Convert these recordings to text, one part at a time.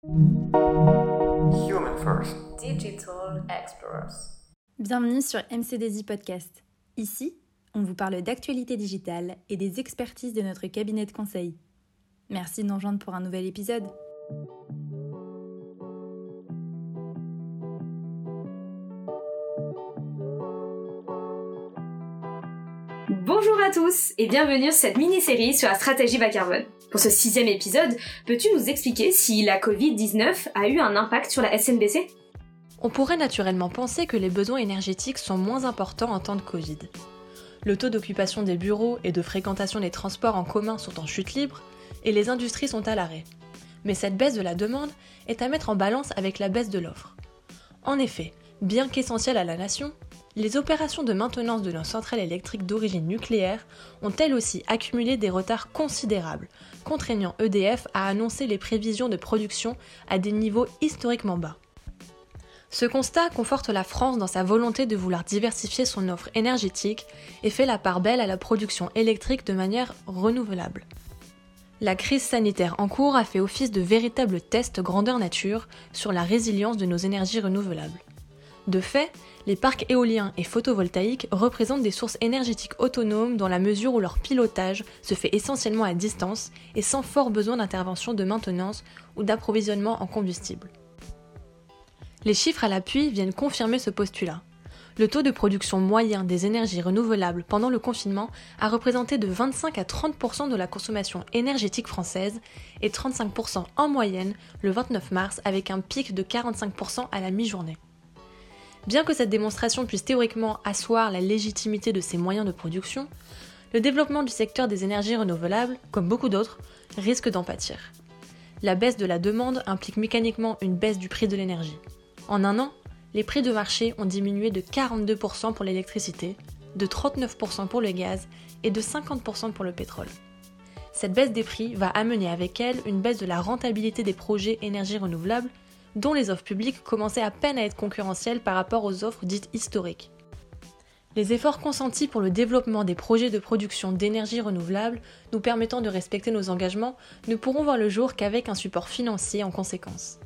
Human First. Digital Explorers. Bienvenue sur MCDZ Podcast. Ici, on vous parle d'actualité digitale et des expertises de notre cabinet de conseil. Merci de nous rejoindre pour un nouvel épisode. Bonjour à tous et bienvenue sur cette mini-série sur la stratégie bas carbone. Pour ce 6e épisode, peux-tu nous expliquer si la Covid-19 a eu un impact sur la SNBC ? On pourrait naturellement penser que les besoins énergétiques sont moins importants en temps de Covid. Le taux d'occupation des bureaux et de fréquentation des transports en commun sont en chute libre et les industries sont à l'arrêt. Mais cette baisse de la demande est à mettre en balance avec la baisse de l'offre. En effet, bien qu'essentielles à la nation, les opérations de maintenance de nos centrales électriques d'origine nucléaire ont elles aussi accumulé des retards considérables, contraignant EDF à annoncer les prévisions de production à des niveaux historiquement bas. Ce constat conforte la France dans sa volonté de vouloir diversifier son offre énergétique et fait la part belle à la production électrique de manière renouvelable. La crise sanitaire en cours a fait office de véritable test grandeur nature sur la résilience de nos énergies renouvelables. De fait, les parcs éoliens et photovoltaïques représentent des sources énergétiques autonomes dans la mesure où leur pilotage se fait essentiellement à distance et sans fort besoin d'intervention de maintenance ou d'approvisionnement en combustible. Les chiffres à l'appui viennent confirmer ce postulat. Le taux de production moyen des énergies renouvelables pendant le confinement a représenté de 25 à 30% de la consommation énergétique française et 35% en moyenne le 29 mars avec un pic de 45% à la mi-journée. Bien que cette démonstration puisse théoriquement asseoir la légitimité de ces moyens de production, le développement du secteur des énergies renouvelables, comme beaucoup d'autres, risque d'en pâtir. La baisse de la demande implique mécaniquement une baisse du prix de l'énergie. En un an, les prix de marché ont diminué de 42% pour l'électricité, de 39% pour le gaz et de 50% pour le pétrole. Cette baisse des prix va amener avec elle une baisse de la rentabilité des projets énergies renouvelables, dont les offres publiques commençaient à peine à être concurrentielles par rapport aux offres dites historiques. Les efforts consentis pour le développement des projets de production d'énergie renouvelable nous permettant de respecter nos engagements ne pourront voir le jour qu'avec un support financier en conséquence.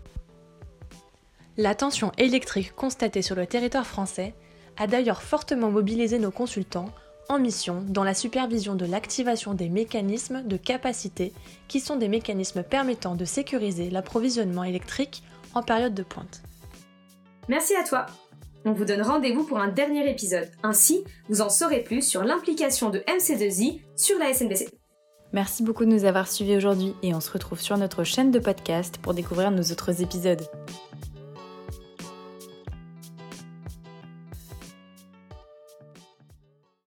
La tension électrique constatée sur le territoire français a d'ailleurs fortement mobilisé nos consultants en mission dans la supervision de l'activation des mécanismes de capacité qui sont des mécanismes permettant de sécuriser l'approvisionnement électrique en période de pointe. Merci à toi. On vous donne rendez-vous pour un dernier épisode. Ainsi, vous en saurez plus sur l'implication de MC2I sur la SNBC. Merci beaucoup de nous avoir suivis aujourd'hui et on se retrouve sur notre chaîne de podcast pour découvrir nos autres épisodes.